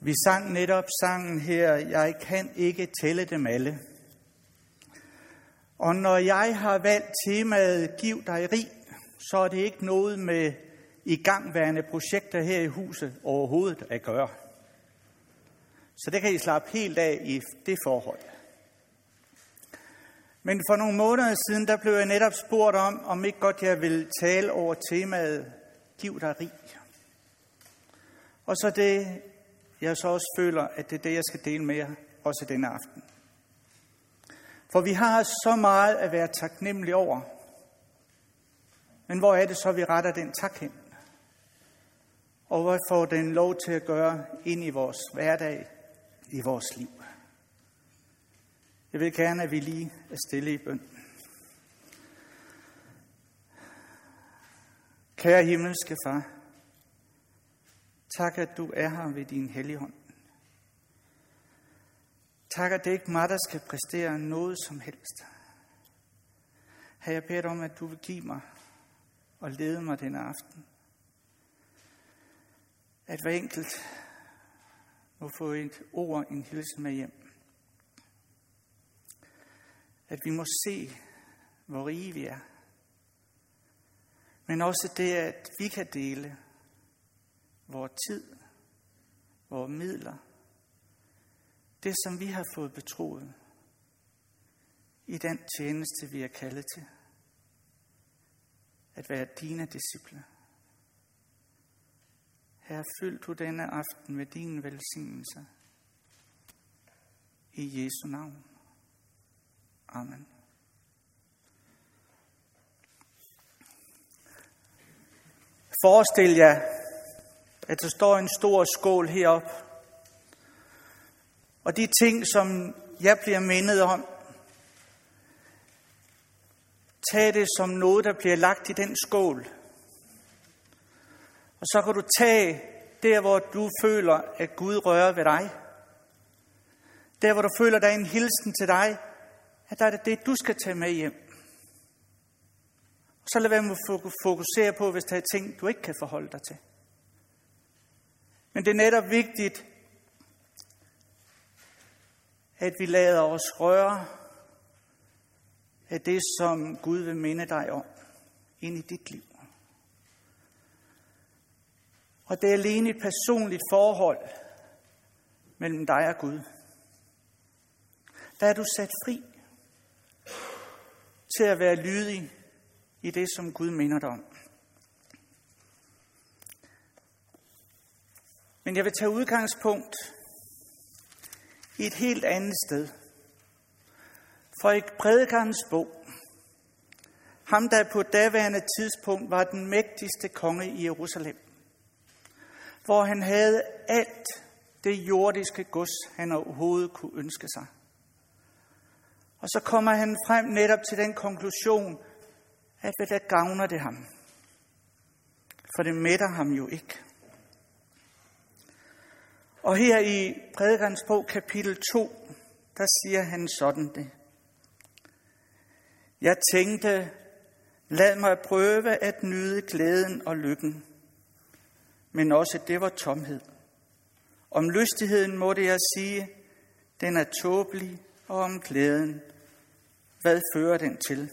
Vi sang netop sangen her, jeg kan ikke tælle dem alle. Og når jeg har valgt temaet Giv dig rig, så er det ikke noget med igangværende projekter her i huset overhovedet at gøre. Så det kan I slappe helt af i det forhold. Men for nogle måneder siden, der blev jeg netop spurgt om ikke godt jeg ville tale over temaet Giv dig rig. Og så det, jeg så også føler, at det er det, jeg skal dele med jer, også denne aften. For vi har så meget at være taknemmelige over. Men hvor er det så, vi retter den tak hen? Og hvad får den lov til at gøre ind i vores hverdag, i vores liv? Jeg vil gerne, at vi lige er stille i bøn. Kære himmelske Far, tak, at du er her ved din hellige hånd. Tak, at det ikke er mig, der skal præstere noget som helst. Her jeg bedt om, at du vil give mig og lede mig denne aften. At hver enkelt må få et ord, en hilsen med hjem. At vi må se, hvor rige vi er. Men også det, at vi kan dele vores tid, vores midler, det som vi har fået betroet i den tjeneste, vi er kaldet til. At være dine disciple. Herre, fyld du denne aften med din velsignelse. I Jesu navn. Amen. Forestil jer, at der står en stor skål heroppe. Og de ting, som jeg bliver mindet om, tag det som noget, der bliver lagt i den skål. Og så kan du tage der, hvor du føler, at Gud rører ved dig. Der, hvor du føler, der er en hilsen til dig, at der er det, du skal tage med hjem. Og så lad være med at fokusere på, hvis der er ting, du ikke kan forholde dig til. Men det er netop vigtigt, at vi lader os røre af det, som Gud vil minde dig om ind i dit liv. Og det er alene et personligt forhold mellem dig og Gud. Der er du sat fri til at være lydig i det, som Gud minder dig om. Men jeg vil tage udgangspunkt i et helt andet sted. For i Prædikernes bog, ham der på daværende tidspunkt var den mægtigste konge i Jerusalem, hvor han havde alt det jordiske gods, han overhovedet kunne ønske sig. Og så kommer han frem netop til den konklusion, at hvad der gavner det ham. For det mætter ham jo ikke. Og her i Prædikernes bog, kapitel 2, der siger han sådan det. Jeg tænkte, lad mig prøve at nyde glæden og lykken. Men også det var tomhed. Om lystigheden måtte jeg sige, den er tåbelig, og om glæden, hvad fører den til?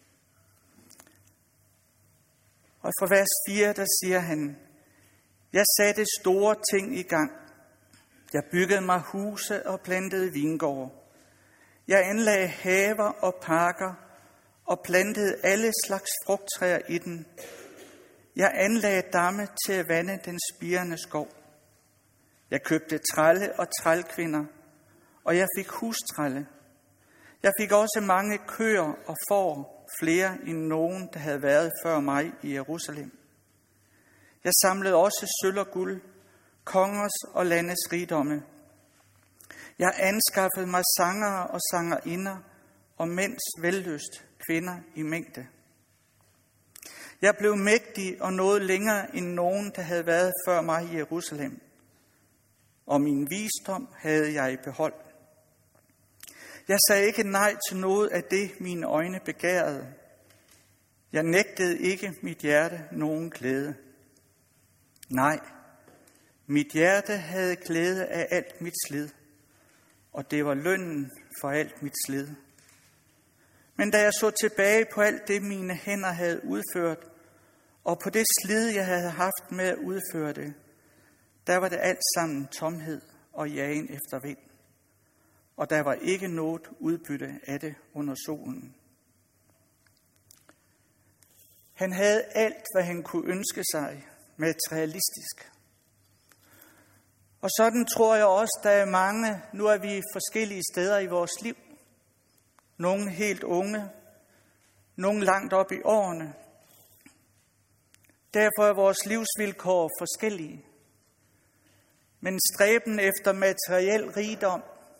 Og fra vers 4, der siger han, jeg satte store ting i gang. Jeg byggede mig huse og plantede vingårde. Jeg anlagde haver og parker og plantede alle slags frugttræer i den. Jeg anlagde damme til at vande den spirende skov. Jeg købte trælle og trælkvinder, og jeg fik hustrælle. Jeg fik også mange køer og får, flere end nogen, der havde været før mig i Jerusalem. Jeg samlede også sølv og guld, kongers og landes rigdomme. Jeg anskaffede mig sangere og sangerinder og mænds vellyst, kvinder i mængde. Jeg blev mægtig og nåede længere end nogen, der havde været før mig i Jerusalem. Og min visdom havde jeg i behold. Jeg sagde ikke nej til noget af det, mine øjne begærede. Jeg nægtede ikke mit hjerte nogen glæde. Nej, Mit hjerte havde glæde af alt mit slid, og det var lønnen for alt mit slid. Men da jeg så tilbage på alt det, mine hænder havde udført, og på det slid, jeg havde haft med at udføre det, der var det alt sammen tomhed og jagen efter vind. Og der var ikke noget udbytte af det under solen. Han havde alt, hvad han kunne ønske sig, materialistisk. Og sådan tror jeg også, der er mange, nu er vi forskellige steder i vores liv. Nogle helt unge, nogle langt op i årene. Derfor er vores livsvilkår forskellige. Men stræben efter materiel rigdom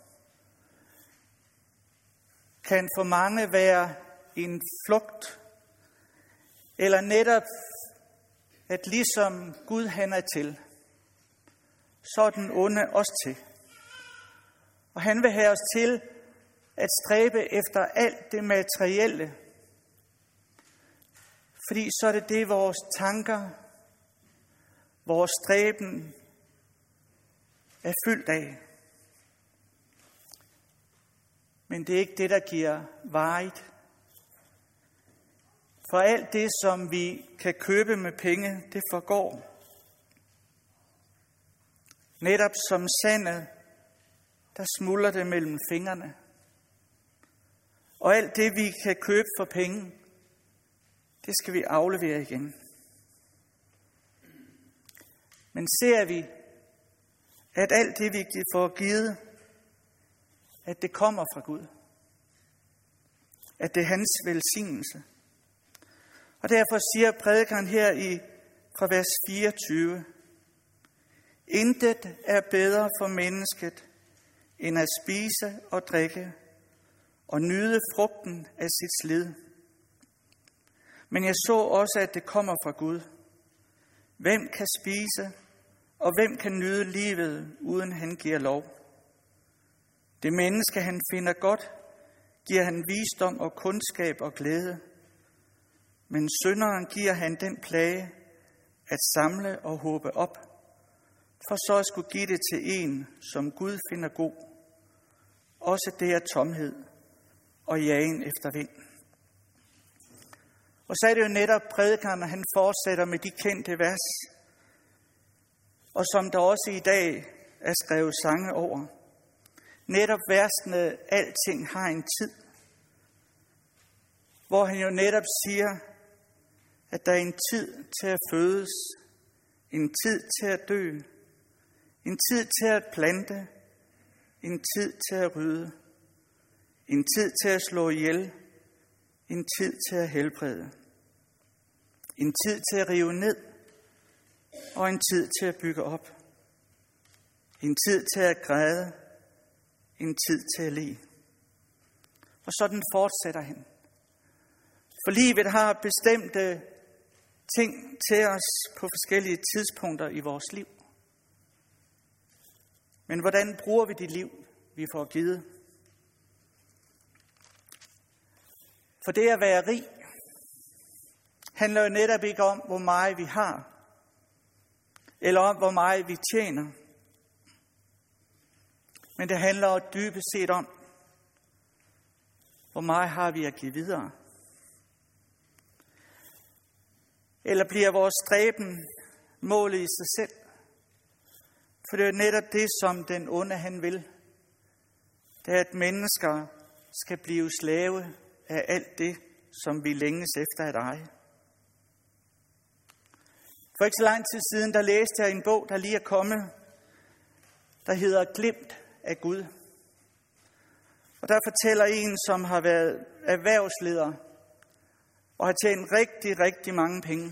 kan for mange være en flugt, eller netop at ligesom Gud han er til, så er den onde også til. Og han vil have os til at stræbe efter alt det materielle, fordi så er det vores tanker, vores stræben er fyldt af. Men det er ikke det, der giver varigt. For alt det, som vi kan købe med penge, det forgår. Netop som sandet, der smuldrer det mellem fingrene. Og alt det, vi kan købe for penge, det skal vi aflevere igen. Men ser vi, at alt det, vi får givet, at det kommer fra Gud. At det er hans velsignelse. Og derfor siger prædikeren her fra vers 24, intet er bedre for mennesket, end at spise og drikke og nyde frugten af sit slid. Men jeg så også, at det kommer fra Gud. Hvem kan spise, og hvem kan nyde livet, uden han giver lov? Det menneske, han finder godt, giver han visdom og kundskab og glæde. Men synderen giver han den plage at samle og håbe op, for så at skulle give det til en, som Gud finder god. Også det er tomhed og jagen efter vind. Og så er det jo netop prædikeren, han fortsætter med de kendte vers, og som der også i dag er skrevet sange over. Netop versene, alting har en tid, hvor han jo netop siger, at der er en tid til at fødes, en tid til at dø, en tid til at plante, en tid til at rydde, en tid til at slå ihjel, en tid til at helbrede, en tid til at rive ned, og en tid til at bygge op, en tid til at græde, en tid til at le. Og sådan fortsætter han. For livet har bestemte ting til os på forskellige tidspunkter i vores liv. Men hvordan bruger vi det liv, vi får givet? For det at være rig handler jo netop ikke om, hvor meget vi har, eller om, hvor meget vi tjener. Men det handler jo dybest set om, hvor meget har vi at give videre. Eller bliver vores stræben målet i sig selv? For det er jo netop det, som den onde han vil. Det er, at mennesker skal blive slave af alt det, som vi længes efter at eje. For ikke så lang tid siden, der læste jeg en bog, der lige er kommet, der hedder Glimt af Gud. Og der fortæller en, som har været erhvervsleder og har tjent rigtig, rigtig mange penge.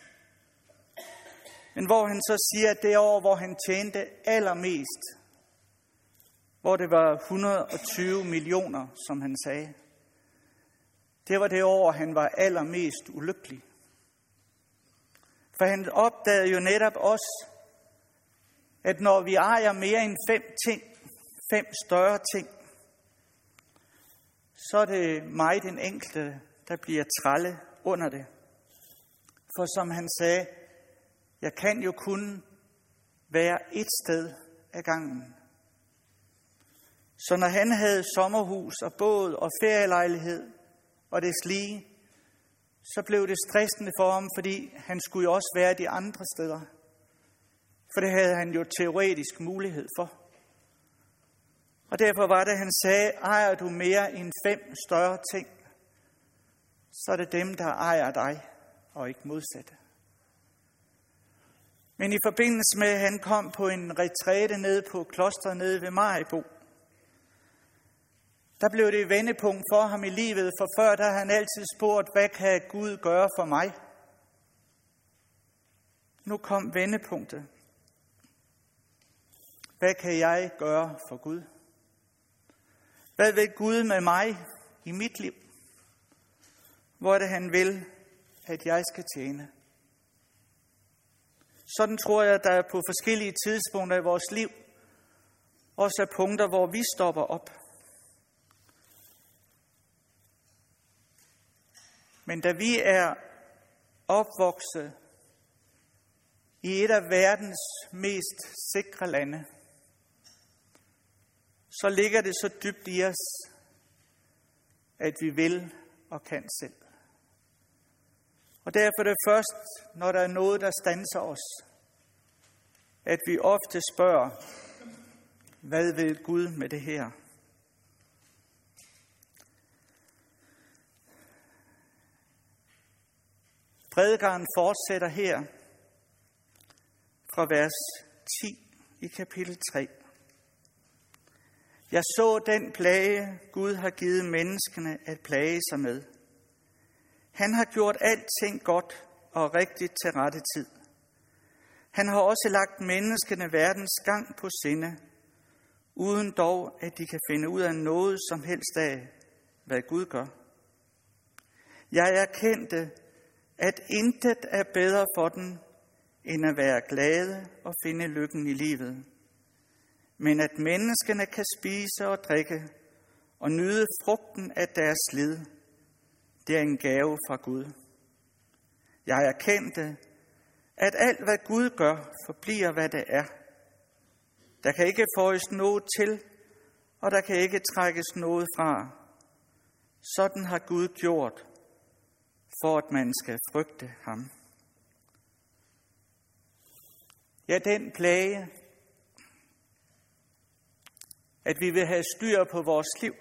Men hvor han så siger, at det år, hvor han tjente allermest, hvor det var 120 millioner, som han sagde, det var det år, han var allermest ulykkelig. For han opdagede jo netop også, at når vi ejer mere end 5 større ting, så er det mig, den enkelte, der bliver trælle under det. For som han sagde, jeg kan jo kun være et sted ad gangen. Så når han havde sommerhus og båd og ferielejlighed og det lige, så blev det stressende for ham, fordi han skulle jo også være de andre steder. For det havde han jo teoretisk mulighed for. Og derfor var det, han sagde, ejer du mere end 5 større ting, så er det dem, der ejer dig, og ikke modsatte. Men i forbindelse med, at han kom på en retræte nede på klosteret nede ved Maribo, der blev det et vendepunkt for ham i livet, for før der havde han altid spurgt, hvad kan Gud gøre for mig? Nu kom vendepunktet. Hvad kan jeg gøre for Gud? Hvad vil Gud med mig i mit liv? Hvor er det, han vil, at jeg skal tjene? Sådan tror jeg, der er på forskellige tidspunkter i vores liv også er punkter, hvor vi stopper op. Men da vi er opvokset i et af verdens mest sikre lande, så ligger det så dybt i os, at vi vil og kan selv. Og derfor er det først, når der er noget, der standser os, at vi ofte spørger, hvad vil Gud med det her? Prædikeren fortsætter her fra vers 10 i kapitel 3. Jeg så den plage, Gud har givet menneskene at plage sig med. Han har gjort alting godt og rigtigt til rette tid. Han har også lagt menneskene verdens gang på sinde, uden dog, at de kan finde ud af noget som helst af, hvad Gud gør. Jeg erkendte, at intet er bedre for dem, end at være glade og finde lykken i livet. Men at menneskene kan spise og drikke og nyde frugten af deres slid, det er en gave fra Gud. Jeg erkendte, at alt hvad Gud gør, forbliver hvad det er. Der kan ikke føjes noget til, og der kan ikke trækkes noget fra. Sådan har Gud gjort, for at man skal frygte ham. Ja, den plage, at vi vil have styr på vores liv.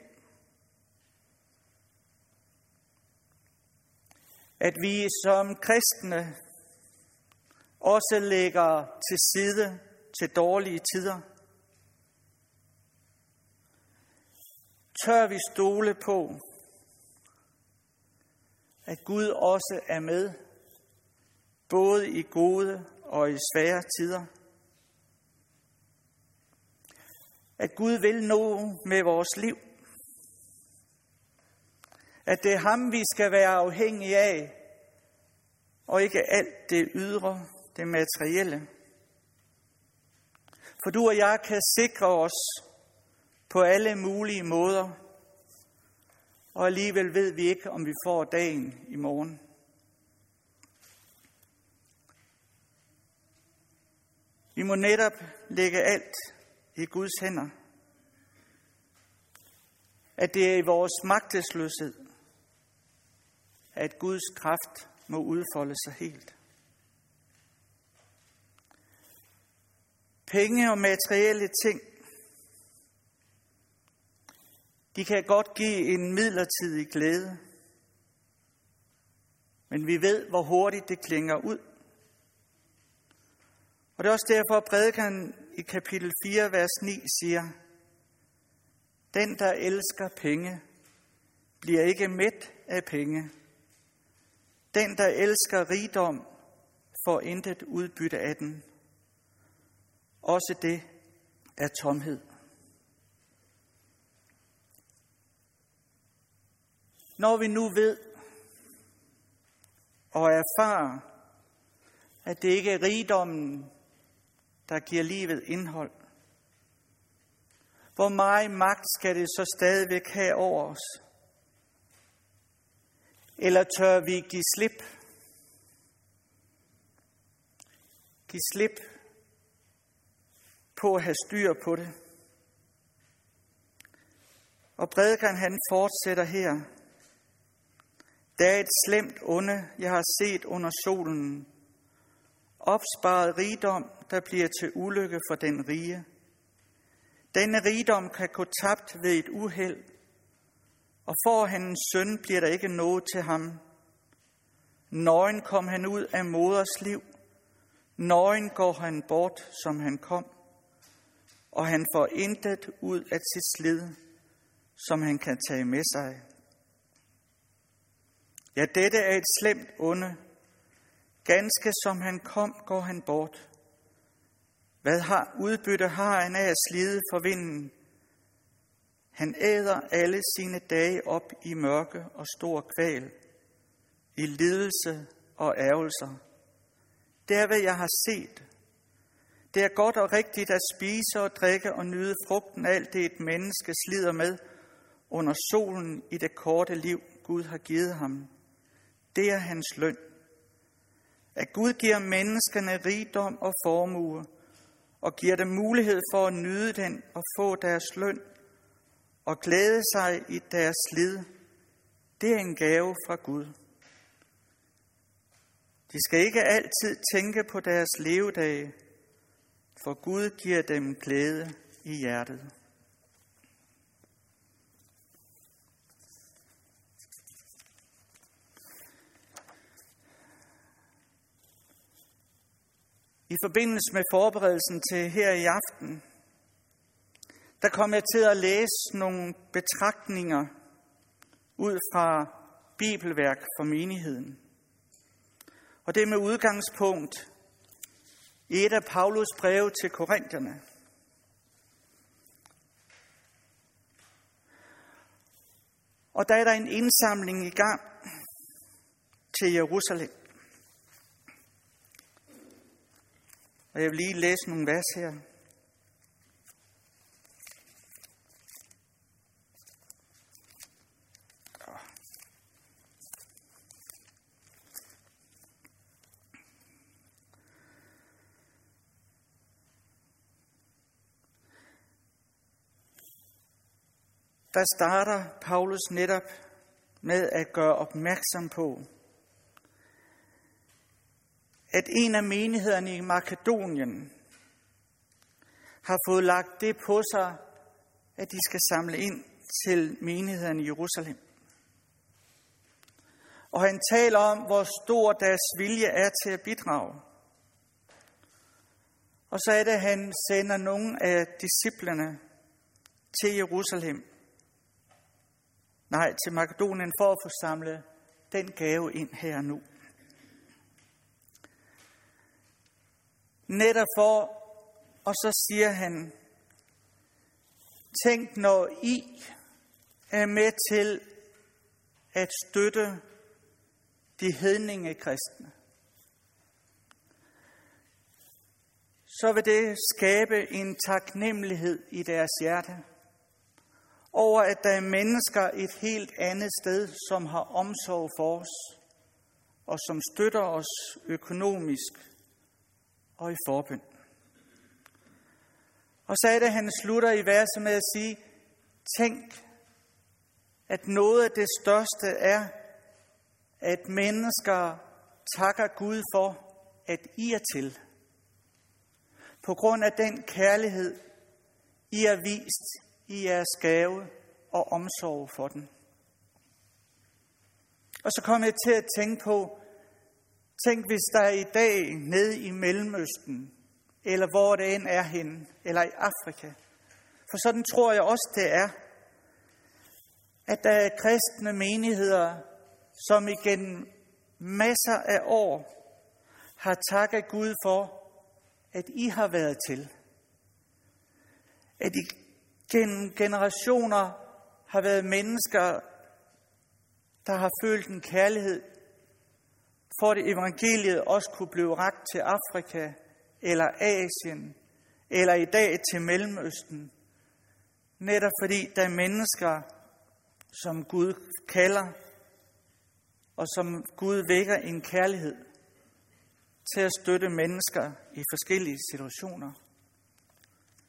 At vi som kristne også lægger til side til dårlige tider. Tør vi stole på, at Gud også er med, både i gode og i svære tider. At Gud vil noget med vores liv. At det er ham, vi skal være afhængige af, og ikke alt det ydre, det materielle. For du og jeg kan sikre os på alle mulige måder, og alligevel ved vi ikke, om vi får dagen i morgen. Vi må netop lægge alt i Guds hænder. At det er i vores magtesløshed, at Guds kraft må udfolde sig helt. Penge og materielle ting, de kan godt give en midlertidig glæde, men vi ved, hvor hurtigt det klinger ud. Og det er også derfor, at prædikeren i kapitel 4, vers 9 siger, den, der elsker penge, bliver ikke mæt af penge. Den, der elsker rigdom, får intet udbytte af den. Også det er tomhed. Når vi nu ved og erfarer, at det ikke er rigdommen, der giver livet indhold, hvor meget magt skal det så stadigvæk have over os? Eller tør vi give slip? Giv slip på at have styr på det. Og prædikeren han fortsætter her. Der er et slemt onde, jeg har set under solen. Opsparet rigdom, der bliver til ulykke for den rige. Denne rigdom kan gå tabt ved et uheld, og får han en søn, bliver der ikke noget til ham. Nøgen kom han ud af moders liv. Nøgen går han bort, som han kom, og han får intet ud af sit slid, som han kan tage med sig. Ja, dette er et slemt onde. Ganske som han kom, går han bort. Hvad udbytte har han af at slide for vinden? Han æder alle sine dage op i mørke og stor kval, i lidelse og ærgelser. Det er, hvad jeg har set. Det er godt og rigtigt at spise og drikke og nyde frugten af alt det, et menneske slider med under solen i det korte liv, Gud har givet ham. Det er hans løn. At Gud giver menneskerne rigdom og formue, og giver dem mulighed for at nyde den og få deres løn, og glæde sig i deres slid, det er en gave fra Gud. De skal ikke altid tænke på deres levedage, for Gud giver dem glæde i hjertet. I forbindelse med forberedelsen til her i aften, der kom jeg til at læse nogle betragtninger ud fra bibelværk for menigheden. Og det er med udgangspunkt i et af Paulus breve til korinterne. Og der er der en indsamling i gang til Jerusalem. Og jeg vil lige læse nogle vers her. Der starter Paulus netop med at gøre opmærksom på, at en af menighederne i Makedonien har fået lagt det på sig, at de skal samle ind til menigheden i Jerusalem. Og han taler om, hvor stor deres vilje er til at bidrage. Og så er det, at han sender nogle af disciplene til Jerusalem. Nej, til Makedonien for at få samlet den gave ind her nu. Netop for, og så siger han, tænk, når I er med til at støtte de hedninge kristne, så vil det skabe en taknemmelighed i deres hjerte over, at der er mennesker et helt andet sted, som har omsorg for os, og som støtter os økonomisk og i forbøn. Og så er det, han slutter i verset med at sige, tænk, at noget af det største er, at mennesker takker Gud for, at I er til. På grund af den kærlighed, I har vist i jeres gave og omsorg for den. Og så kom jeg til at tænke på, tænk hvis der i dag nede i Mellemøsten, eller hvor det end er henne, eller i Afrika. For sådan tror jeg også det er, at der er kristne menigheder, som igennem masser af år har takket Gud for, at I har været til. At I gennem generationer har været mennesker, der har følt en kærlighed, for at evangeliet også kunne blive rakt til Afrika, eller Asien, eller i dag til Mellemøsten. Netop fordi der er mennesker, som Gud kalder, og som Gud vækker en kærlighed til at støtte mennesker i forskellige situationer.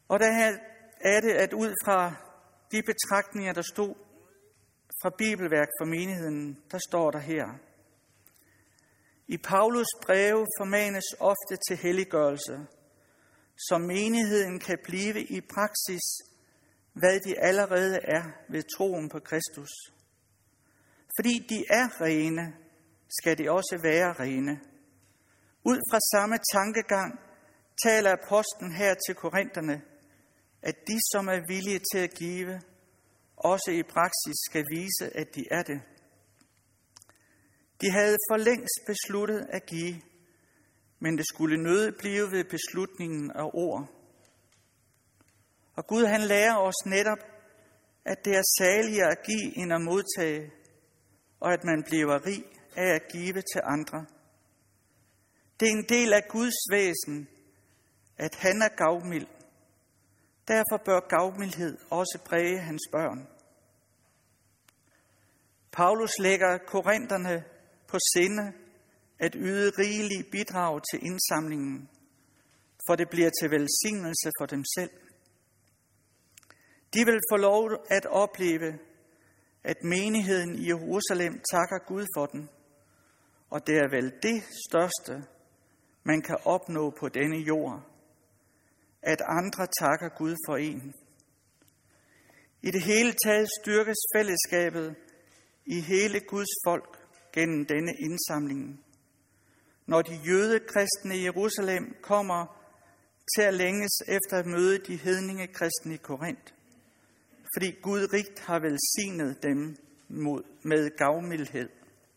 Og der er det, at ud fra de betragtninger, der stod fra Bibelværk for menigheden, der står der her: I Paulus breve formanes ofte til helliggørelse, så menigheden kan blive i praksis, hvad de allerede er ved troen på Kristus. Fordi de er rene, skal de også være rene. Ud fra samme tankegang taler apostlen her til korinterne, at de, som er villige til at give, også i praksis skal vise, at de er det. De havde for længst besluttet at give, men det skulle nødig blive ved beslutningen af ord. Og Gud han lærer os netop, at det er saligere at give end at modtage, og at man bliver rig af at give til andre. Det er en del af Guds væsen, at han er gavmild. Derfor bør gavmildhed også præge hans børn. Paulus lægger korinterne på sinde at yde rigelige bidrag til indsamlingen, for det bliver til velsignelse for dem selv. De vil få lov at opleve, at menigheden i Jerusalem takker Gud for den, og det er vel det største, man kan opnå på denne jord, at andre takker Gud for en. I det hele taget styrkes fællesskabet i hele Guds folk gennem denne indsamling, når de jødekristne i Jerusalem kommer til at længes efter at møde de hedningekristne i Korint, fordi Gud rigt har velsignet dem med gavmildhed.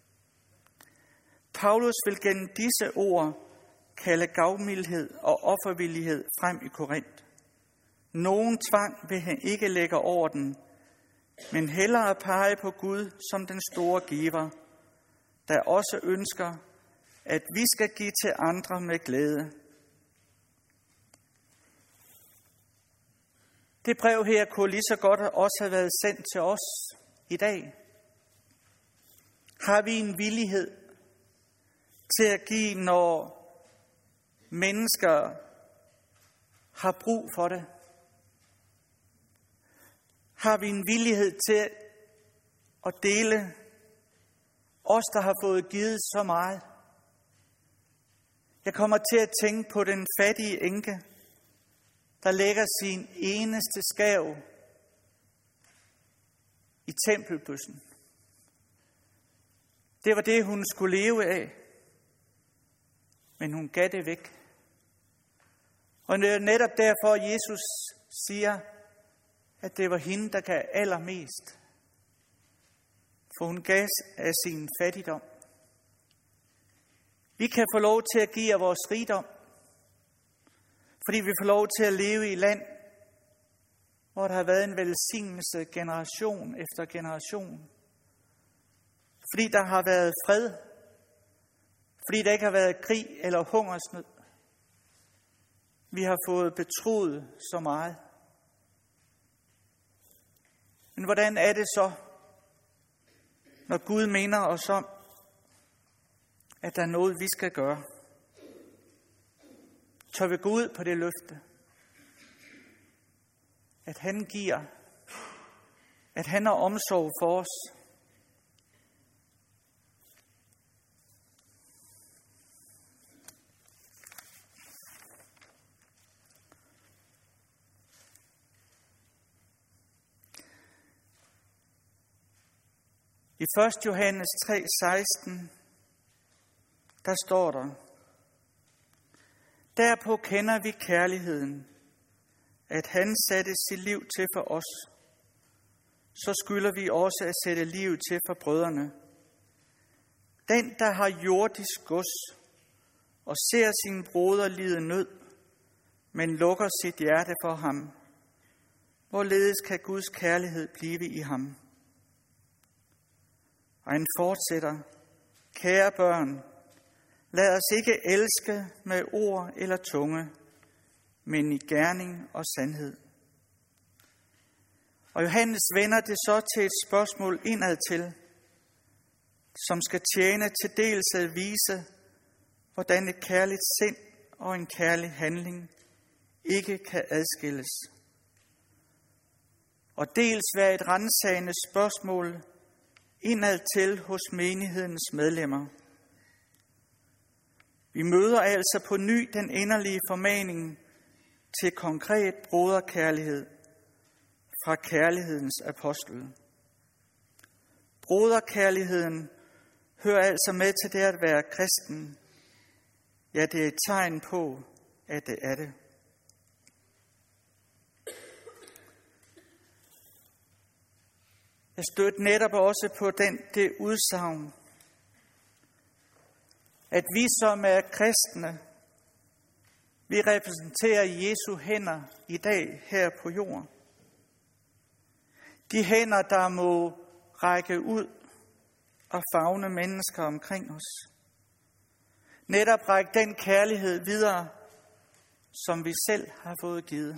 Paulus vil gennem disse ord kalde gavmildhed og offervillighed frem i Korint. Nogen tvang vil han ikke lægge over den, men hellere pege på Gud som den store giver, der også ønsker, at vi skal give til andre med glæde. Det brev her kunne lige så godt også have været sendt til os i dag. Har vi en villighed til at give, når mennesker har brug for det? Har vi en villighed til at dele os, der har fået givet så meget? Jeg kommer til at tænke på den fattige enke, der lægger sin eneste skav i tempelbøssen. Det var det, hun skulle leve af, men hun gav det væk. Og det er netop derfor, Jesus siger, at det var hende, der gav allermest. For hun gav af sin fattigdom. Vi kan få lov til at give af vores rigdom, fordi vi får lov til at leve i et land, hvor der har været en velsignelse generation efter generation. Fordi der har været fred, fordi der ikke har været krig eller hungersnød. Vi har fået betroet så meget. Men hvordan er det så, når Gud minder os om, at der er noget, vi skal gøre? Tør vi gå ud på det løfte, at han giver, at han har omsorg for os? I 1. Johannes 3:16, der står der: Derpå kender vi kærligheden, at han satte sit liv til for os. Så skylder vi også at sætte liv til for brødrene. Den, der har jordisk gods og ser sin broder lide nød, men lukker sit hjerte for ham, hvorledes kan Guds kærlighed blive i ham? Og han fortsætter: Kære børn, lad os ikke elske med ord eller tunge, men i gerning og sandhed. Og Johannes vender det så til et spørgsmål indad til, som skal tjene til dels at vise, hvordan et kærligt sind og en kærlig handling ikke kan adskilles. Og dels være et ransagende spørgsmål indad til hos menighedens medlemmer. Vi møder altså på ny den inderlige formaning til konkret broderkærlighed fra kærlighedens apostel. Broderkærligheden hører altså med til det at være kristen. Ja, det er et tegn på, at det er det. Jeg stødte netop også på det udsagn, at vi som er kristne, vi repræsenterer Jesu hænder i dag her på jorden. De hænder, der må række ud og favne mennesker omkring os. Netop række den kærlighed videre, som vi selv har fået givet.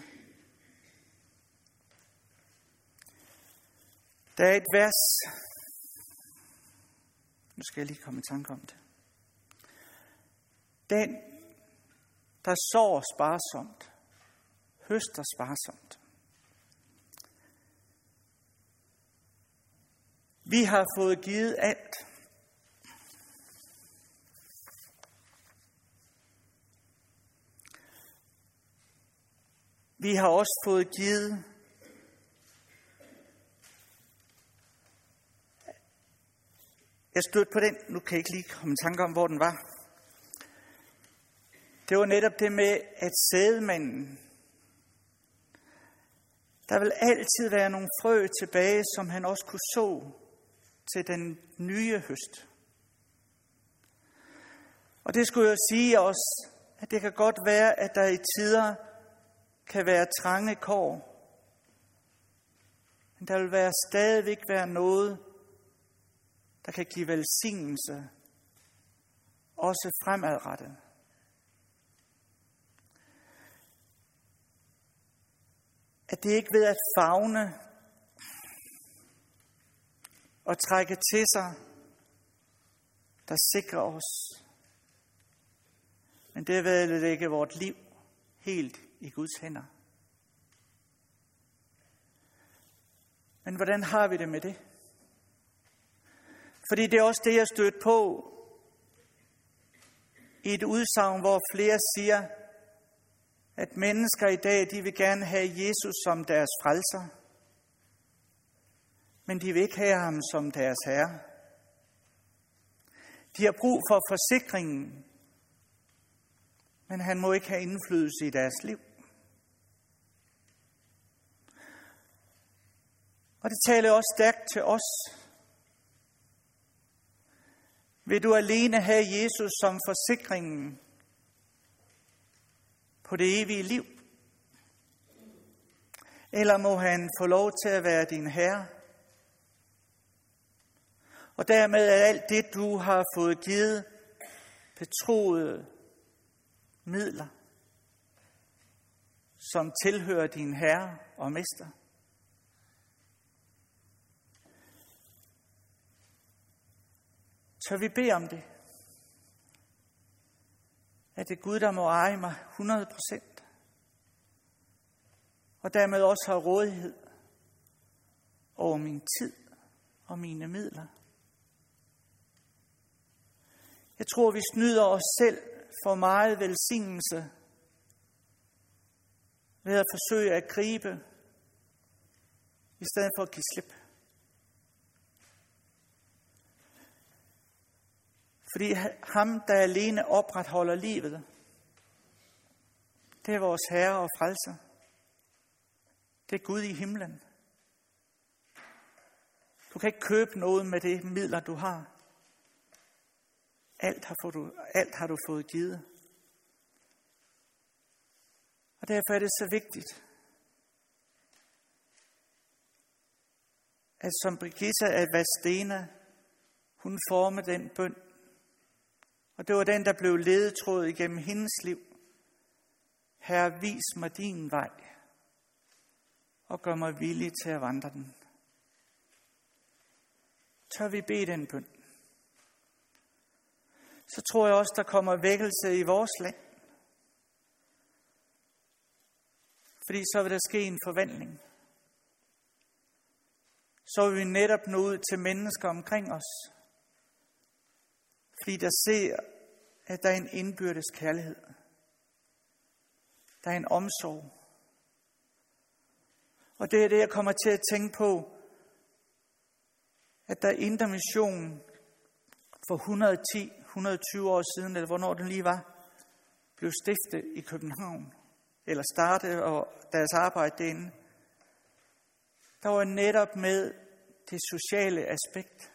Der er et vers, nu skal jeg lige komme i tanke om det. Den, der sår sparsomt, høster sparsomt. Vi har fået givet alt. Vi har også fået givet Jeg stødte på den, nu kan jeg ikke lige komme i tanke om, hvor den var. Det var netop det med, at sædemanden, der vil altid være nogle frø tilbage, som han også kunne så til den nye høst. Og det skulle jeg sige også, at det kan godt være, at der i tider kan være trange kår. Men der vil stadigvæk være noget, der kan give velsignelse, også fremadrettet. At det ikke ved at favne og trække til sig, der sikrer os. Men det er ved at lægge vort liv helt i Guds hænder. Men hvordan har vi det med det? Fordi det er også det, jeg stødte på i et udsagn, hvor flere siger, at mennesker i dag, de vil gerne have Jesus som deres frelser, men de vil ikke have ham som deres herre. De har brug for forsikringen, men han må ikke have indflydelse i deres liv. Og det taler også stærkt til os. Vil du alene have Jesus som forsikringen på det evige liv? Eller må han få lov til at være din herre? Og dermed er alt det, du har fået givet, betroede midler, som tilhører din herre og mester. Tør vi bede om det? At det er Gud, der må eje mig 100%. Og dermed også har rådighed over min tid og mine midler. Jeg tror, vi snyder os selv for meget velsignelse ved at forsøge at gribe, i stedet for at give slip. Fordi ham, der alene opretholder livet, det er vores Herre og Frelser. Det er Gud i himlen. Du kan ikke købe noget med det midler, du har. Alt har du fået givet. Og derfor er det så vigtigt, at som Brigitte af Vadstena, hun formede den bøn. Og det var den, der blev ledetråd igennem hendes liv. Herre, vis mig din vej, og gør mig villig til at vandre den. Tør vi bede den bøn? Så tror jeg også, der kommer vækkelse i vores land. Fordi så vil der ske en forvandling. Så vil vi netop nå ud til mennesker omkring os. Fordi der ser, at der er en indbyrdes kærlighed. Der er en omsorg. Og det er det, jeg kommer til at tænke på, at der Indre Mission for 110-120 år siden, eller hvornår den lige var, blev stiftet i København, eller startede og deres arbejde derinde. Der var netop med det sociale aspekt.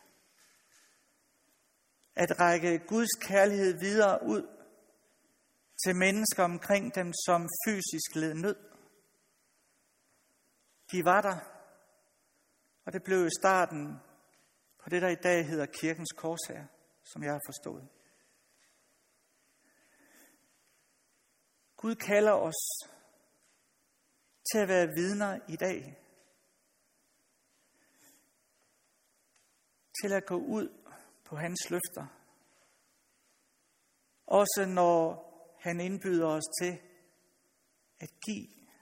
At række Guds kærlighed videre ud til mennesker omkring dem, som fysisk led nød. De var der, og det blev starten på det, der i dag hedder Kirkens Korshær, som jeg har forstået. Gud kalder os til at være vidner i dag. Til at gå ud på hans løfter. Også når han indbyder os til at give.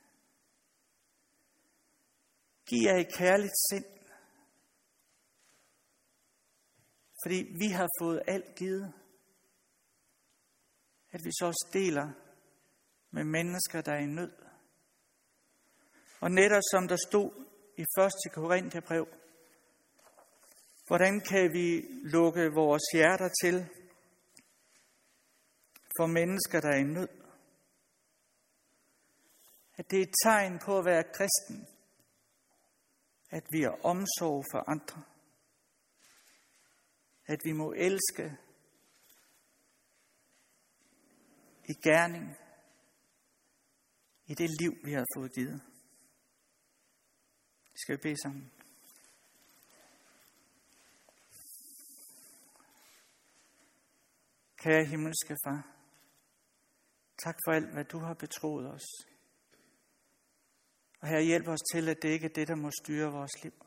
Giv af et kærligt sind. Fordi vi har fået alt givet. At vi så også deler med mennesker, der er i nød. Og netop som der stod i 1. Korintherbrev, hvordan kan vi lukke vores hjerter til for mennesker, der er i nød? At det er et tegn på at være kristen, at vi har omsorg for andre. At vi må elske i gerning, i det liv, vi har fået givet. Skal vi bede sammen? Kære himmelske Far, tak for alt, hvad du har betroet os. Og Herre, hjælp os til, at det ikke er det, der må styre vores liv.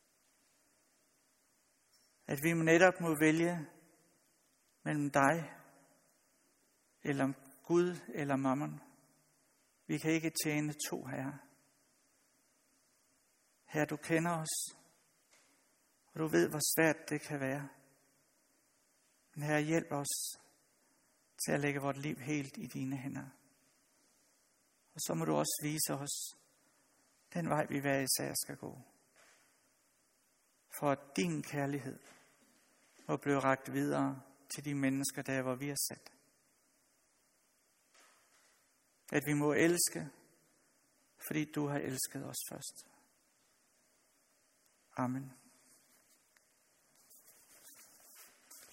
At vi netop må vælge mellem dig, eller Gud, eller mammon. Vi kan ikke tjene to herrer. Herre, du kender os, og du ved, hvor svært det kan være. Men Herre, hjælp os til at lægge vort liv helt i dine hænder. Og så må du også vise os den vej, vi hver især skal gå. For at din kærlighed må blive rakt videre til de mennesker, der hvor vi er sat. At vi må elske, fordi du har elsket os først. Amen.